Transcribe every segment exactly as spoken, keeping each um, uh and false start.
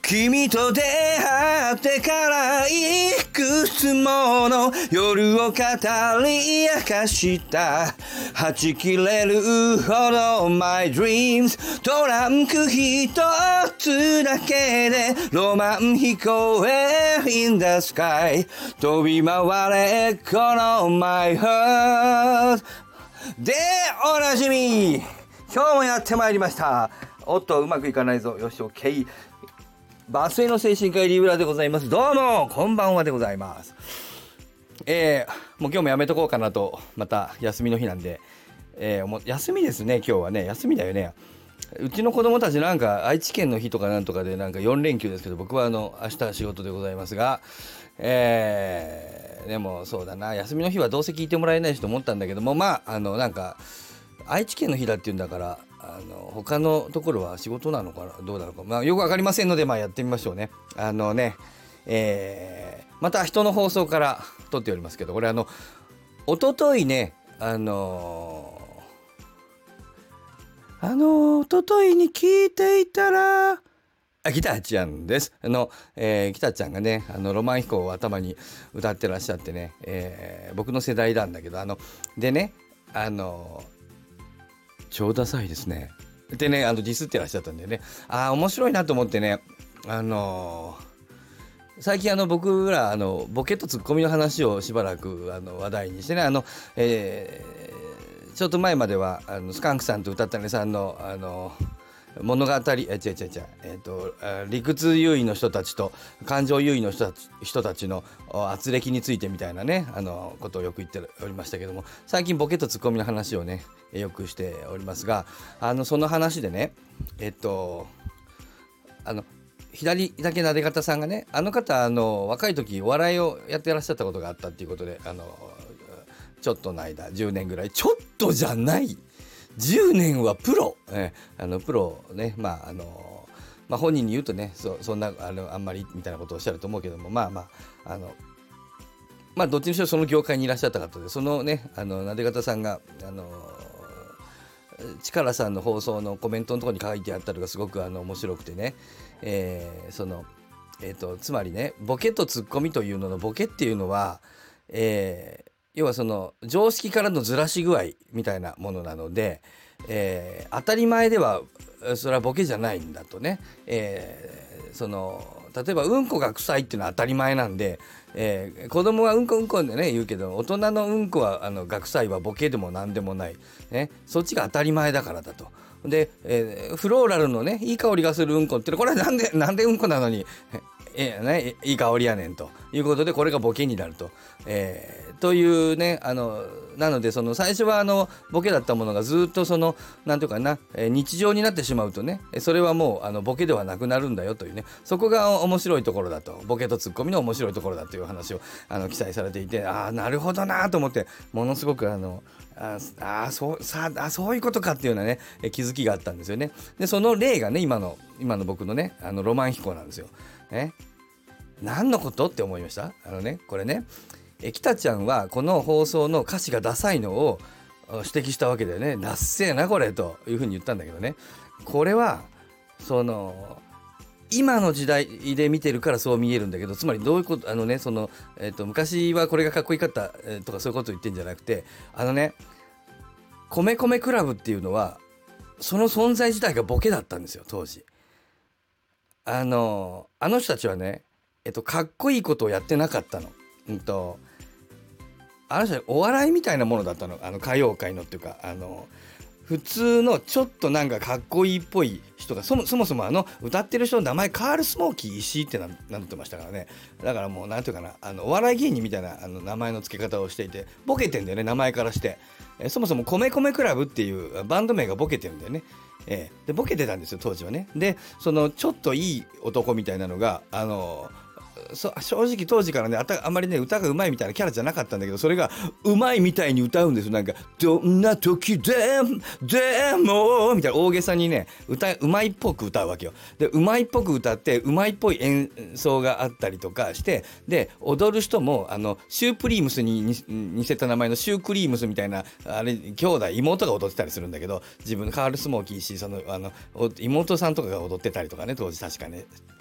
君と出会ってからいくつもの夜を語り明かしたはち切れるほど My dreams トランク一つだけでロマン飛行へ In the sky 飛び回れこの My heart でおなじみ今日もやってまいりました。おっとうまくいかないぞ。よし OK バスへの精神科医リブラでございます。どうもこんばんはでございます。えー、もう今日もやめとこうかなと。また休みの日なんで、えー、もう休みですね。今日はね休みだよね。うちの子供たちなんか愛知県の日とかなんとかでなんかよん連休ですけど、僕はあの明日仕事でございますが、えー、でもそうだな、休みの日はどうせ聞いてもらえないしと思ったんだけども、まああのなんか愛知県の日だっていうんだからあの他のところは仕事なのかなどうなのか、まあ、よくわかりませんので、まあ、やってみましょうね。あのね、えー、また人の放送から撮っておりますけど、これあの一昨日ねあのー、あのー、一昨日に聞いていたらあギターちゃんです。あの、えー、ギターちゃんがねあのロマン飛行を頭に歌ってらっしゃってね、えー、僕の世代なんだけど、あのでねあのー超ダサいですねでねあのディスってらっしゃったんでね、あー面白いなと思ってね、あのー、最近あの僕らあのボケとツッコミの話をしばらくあの話題にしてね、あの、えー、ちょっと前まではあのスカンクさんと歌ったねさんのあの物語え違う違う違う、えー、と理屈優位の人たちと感情優位の人たち、人たちの圧力についてみたいなねあのことをよく言っておりましたけども、最近ボケとツッコミの話をねよくしておりますが、あのその話でねえっとあの左だけなで方さんがね、あの方あの若い時お笑いをやってらっしゃったことがあったっていうことで、あのちょっとの間じゅうねんぐらい、ちょっとじゃないじゅうねんはプロ、えー、あのプロね、まああのまあ、本人に言うとね そ, そんなあのあんまりみたいなことをおっしゃると思うけども、まあまああのまあどっちにしろその業界にいらっしゃった方で、そのねあのなで方さんがあのチカラさんの放送のコメントのところに書いてあったのがすごくあの面白くてね、えー、そのえーとつまりねボケとツッコミというののボケっていうのは、えー要はその常識からのずらし具合みたいなものなので、えー、当たり前ではそれはボケじゃないんだとね、えー、その例えばうんこが臭いっていうのは当たり前なんで、えー、子供はうんこうんこでね言うけど、大人のうんこはあのが臭いはボケでもなんでもない、ね、そっちが当たり前だからだと。で、えー、フローラルのねいい香りがするうんこってこれはなんでなんでうんこなのにえーね、いい香りやねんということで、これがボケになると、えー、というねあのなのでその最初はあのボケだったものがずっとそのなんていうかな、えー、日常になってしまうとね、それはもうあのボケではなくなるんだよというね、そこが面白いところだと、ボケとツッコミの面白いところだという話をあの記載されていて、ああなるほどなと思って、ものすごくあのああそうさあそういうことかっていうようなね気づきがあったんですよね。でその例がね今の今の僕のねあのロマン飛行なんですよ。ね、何のことって思いました。あのねこれねえきたちゃんはこの放送の歌詞がダサいのを指摘したわけだよね。なっせえなこれというふうに言ったんだけどね、これはその今の時代で見てるからそう見えるんだけど、つまりどういうこと、あのねその、えーと、昔はこれがかっこよかった、えー、とかそういうことを言ってんじゃなくて、あのね米米クラブっていうのはその存在自体がボケだったんですよ当時。あのあの人たちはねえっとかっこいいことをやってなかったの。うんとあの人はお笑いみたいなものだったの。あの歌謡界のっていうかあの普通のちょっとなんかかっこいいっぽい人がそもそもそもあの歌ってる人の名前カールスモーキー石井って名乗ってましたからね。だからもうなんていうかなあのお笑い芸人みたいなあの名前の付け方をしていてボケてんだよね名前からして。えそもそも米米クラブっていうバンド名がボケてるんだよね。えー、でボケてたんですよ当時はね。でそのちょっといい男みたいなのがあのそ正直当時からね あ, たあんまりね歌がうまいみたいなキャラじゃなかったんだけど、それがうまいみたいに歌うんですよ。なんかどんな時ででもみたいな大げさにね歌うまいっぽく歌うわけよ。でうまいっぽく歌ってうまいっぽい演奏があったりとかして、で踊る人もあのシュープリームスに似せた名前のシュークリームスみたいなあれ兄弟妹が踊ってたりするんだけど、自分のカールスモーキーしそのあの妹さんとかが踊ってたりとかね当時確かね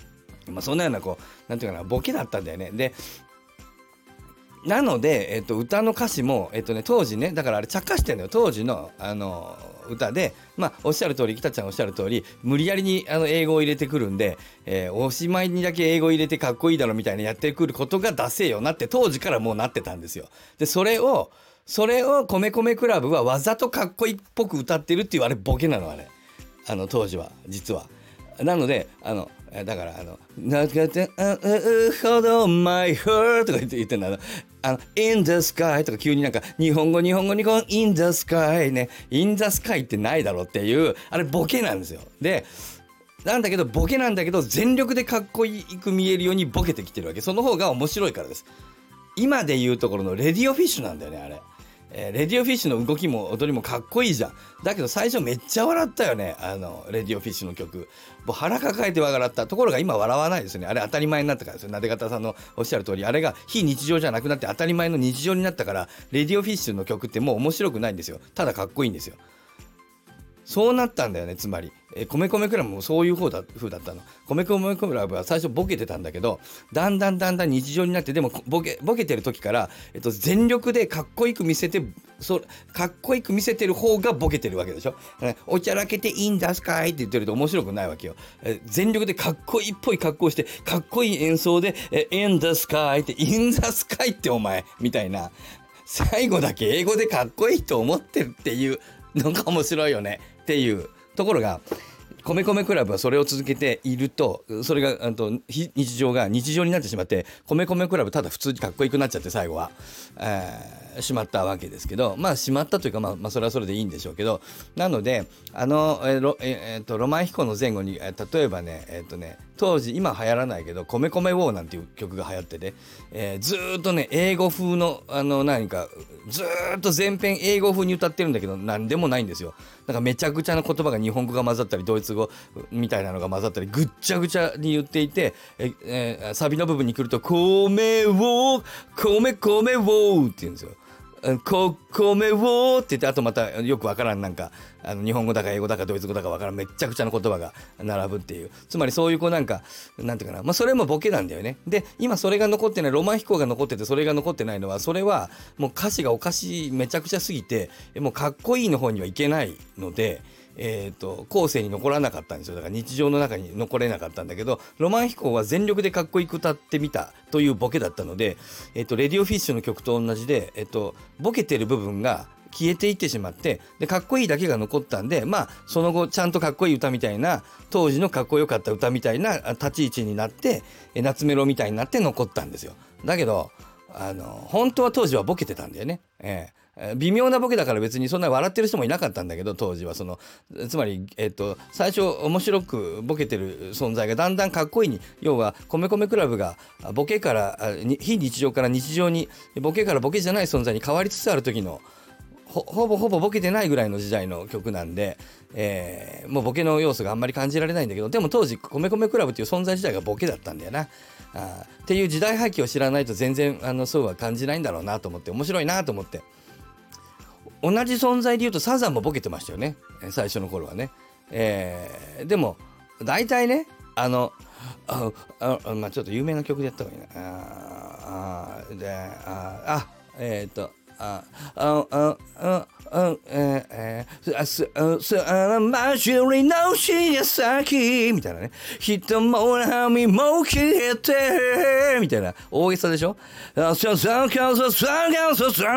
まあ、そんなようなこうなんていうかなボケだったんだよね。でなので、えっと、歌の歌詞も、えっとね、当時ねだからあれ着火してんのよ当時の、あの歌で、まあ、おっしゃる通り北ちゃんおっしゃる通り無理やりにあの英語を入れてくるんで、えー、おしまいにだけ英語入れてかっこいいだろみたいなやってくることがダセえよなって当時からもうなってたんですよ。でそれをそれを米米クラブはわざとかっこいいっぽく歌ってるっていうあれボケなのあれあの当時は実は。なのであのだからあの「なかてあうほど my heart」とか言って言ってんだあの「in the sky」とか急になんか日本語日本語日本語 in the sky ね in the sky ってないだろっていうあれボケなんですよ。でなんだけどボケなんだけど全力でかっこいいく見えるようにボケてきてるわけ。その方が面白いからです。今で言うところのレディオフィッシュなんだよねあれ。えー、レディオフィッシュの動きも踊りもかっこいいじゃん。だけど最初めっちゃ笑ったよねあのレディオフィッシュの曲。もう腹抱えて笑ったところが今笑わないですよね。あれ当たり前になったからですよ。なで方さんのおっしゃる通りあれが非日常じゃなくなって当たり前の日常になったからレディオフィッシュの曲ってもう面白くないんですよ。ただかっこいいんですよ。そうなったんだよね。つまり、えー、米米クラブもそういう方だ風だったの。米米クラブは最初ボケてたんだけどだんだんだんだん日常になってでもボケボケてる時から、えっと、全力でかっこよく見せてそかっこよく見せてる方がボケてるわけでしょ。おちゃらけていいんだすかいって言ってると面白くないわけよ。えー、全力でかっこいいっぽい格好をしてかっこいい演奏で「えー、in the sky」って「in the sky」ってお前みたいな最後だけ英語でかっこいいと思ってるっていうのが面白いよねっていうところが米米クラブはそれを続けているとそれがあと日常が日常になってしまって米米クラブただ普通にかっこよくなっちゃって最後は、えー、しまったわけですけどまあしまったというかまあ、まあ、それはそれでいいんでしょうけどなのであの、えーロえー、とロマン飛行の前後に、えー、例えばねえっ、ー、とね当時今流行らないけど米米ウォーなんていう曲が流行ってて、えー、ずーっとね英語風のあの何かずーっと全編英語風に歌ってるんだけど何でもないんですよ。なんかめちゃくちゃな言葉が日本語が混ざったりドイツ語みたいなのが混ざったりぐっちゃぐちゃに言っていてえ、えー、サビの部分に来ると米を米米をって言うんですよ。こ米をって言ってあとまたよくわからんなんかあの日本語だか英語だかドイツ語だかわからんめっちゃくちゃな言葉が並ぶっていうつまりそういうこうなんかなんていうかなまあそれもボケなんだよね。で今それが残ってないロマン飛行が残っててそれが残ってないのはそれはもう歌詞がおかしいめちゃくちゃすぎてもうかっこいいの方にはいけないのでえーと後世に残らなかったんですよ。だから日常の中に残れなかったんだけどロマン飛行は全力でかっこよく歌ってみたというボケだったので、えーとレディオフィッシュの曲と同じで、えーとボケてる部分が消えていってしまってでかっこいいだけが残ったんでまあその後ちゃんとかっこいい歌みたいな当時のかっこよかった歌みたいな立ち位置になって夏メロみたいになって残ったんですよ。だけどあの本当は当時はボケてたんだよね。えー微妙なボケだから別にそんな笑ってる人もいなかったんだけど当時はそのつまり、えっと、最初面白くボケてる存在がだんだんかっこいいに要は米米クラブがボケから非日常から日常にボケからボケじゃない存在に変わりつつある時の ほ, ほぼほぼボケてないぐらいの時代の曲なんで、えー、もうボケの要素があんまり感じられないんだけどでも当時米米クラブっていう存在自体がボケだったんだよなあっていう時代背景を知らないと全然あのそうは感じないんだろうなと思って面白いなと思って同じ存在で言うとサザンもボケてましたよね最初の頃はね、えー、でも大体ねあのああ、まあ、ちょっと有名な曲でやった方がいいなああでああえっ、ー、とあああああええあすあすあまじりのしやさきみたいなね人も波も消えてみたいな大げさでしょあささかささかささ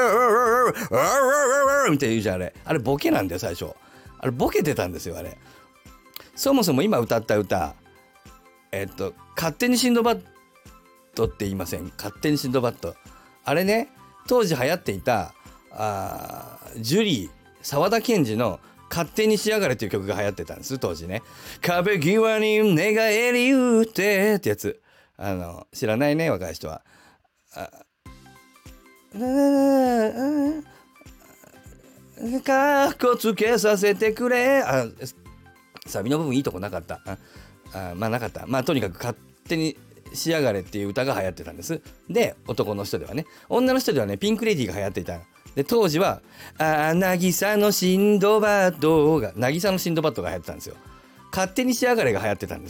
みたいな言うじゃんあれあれボケなんだよ最初あれボケてたんですよあれそもそも今歌った歌えっと勝手にシンドバッドって言いません勝手にシンドバッドあれね当時流行っていたあジュリー沢田研二の勝手にしやがれという曲が流行ってたんです当時ね壁際に寝返り打ってってやつあの知らないね若い人はあかっこつけさせてくれあサビの部分いいとこなかったああまあなかったまあとにかく勝手にしやがれっていう歌が流行ってたんです。で男の人ではね女の人ではねピンクレディーが流行っていたで当時はあ渚のシンドバッドが渚のシンドバッドが流行ってたんですよ。勝手にしやがれが流行ってたんですよ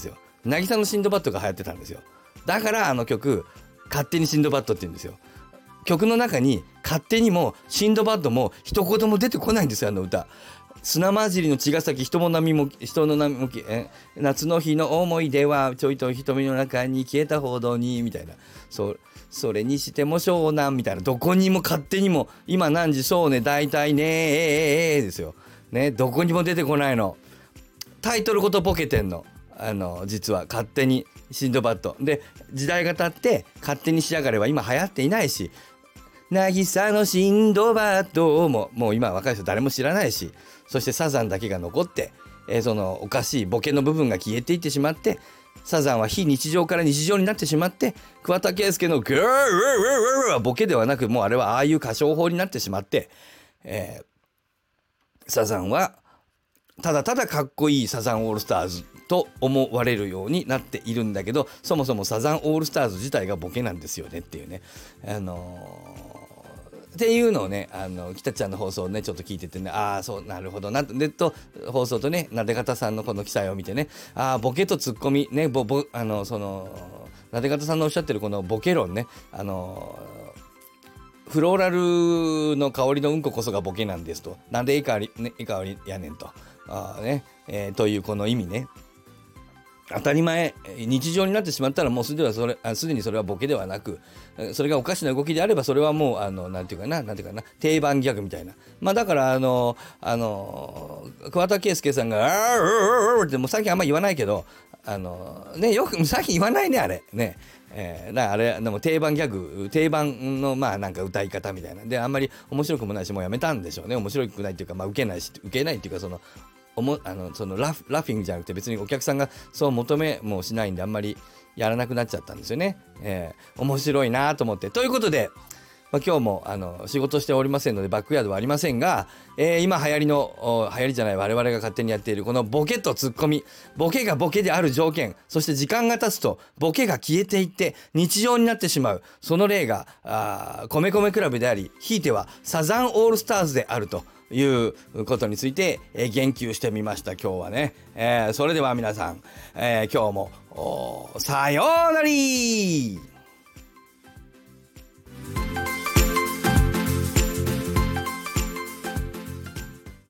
渚のシンドバッドが流行ってたんですよ。だからあの曲勝手にシンドバッドって言うんですよ。曲の中に勝手にもシンドバッドも一言も出てこないんですよ、あの歌。砂混じりの茅ヶ崎人も波も人の波もえ夏の日の思い出はちょいと瞳の中に消えたほどにみたいな、そそれにしても湘南みたいな、どこにも勝手にも今何時そうね大体ねーですよね、どこにも出てこないの。タイトルごとボケてんの、あの実は勝手にシンドバッドで、時代が経って勝手にしやがれは今流行っていないし、渚のシンドバッドももう今若い人誰も知らないし、そしてサザンだけが残って、えー、そのおかしいボケの部分が消えていってしまって、サザンは非日常から日常になってしまって、桑田佳祐のグーーはボケではなく、もうあれはああいう歌唱法になってしまって、えー、サザンはただただかっこいいサザンオールスターズと思われるようになっているんだけど、そもそもサザンオールスターズ自体がボケなんですよねっていうね、あのーっていうのをね、あの北ちゃんの放送をねちょっと聞いててね、ああそうなるほどな、ネット放送とねなで方さんのこの記載を見てね、ああボケとツッコミね、ぼぼあのそのなで方さんのおっしゃってるこのボケ論ね、あのフローラルの香りのうんここそがボケなんですと、なんでいい香り、ね、いい香りやねんと、あね、えー、というこの意味ね、当たり前日常になってしまったらもうすでにそれすでにそれはボケではなく、それがおかしな動きであればそれはもうあのなんていうかななんていうかな定番ギャグみたいな、まあだからあのあの桑田佳祐さんがあーってもう最近あんま言わないけど、あのねよく最近言わないねあれね。えー、だあれでも定番ギャグ定番のまあなんか歌い方みたいなで、あんまり面白くもないしもうやめたんでしょうね。面白くないっていうか、まあ受けないし受けないっていうか、そのおもあのそのラフラフィングじゃなくて別にお客さんがそう求めもしないんであんまりやらなくなっちゃったんですよね。えー、面白いなと思って、ということで、まあ、今日もあの仕事しておりませんのでバックヤードはありませんが、えー、今流行りの流行りじゃない我々が勝手にやっているこのボケとツッコミ、ボケがボケである条件、そして時間が経つとボケが消えていって日常になってしまう、その例があ米米クラブであり、ひいてはサザンオールスターズであるということについて、えー、言及してみました今日はね。えー、それでは皆さん、えー、今日もさようなら。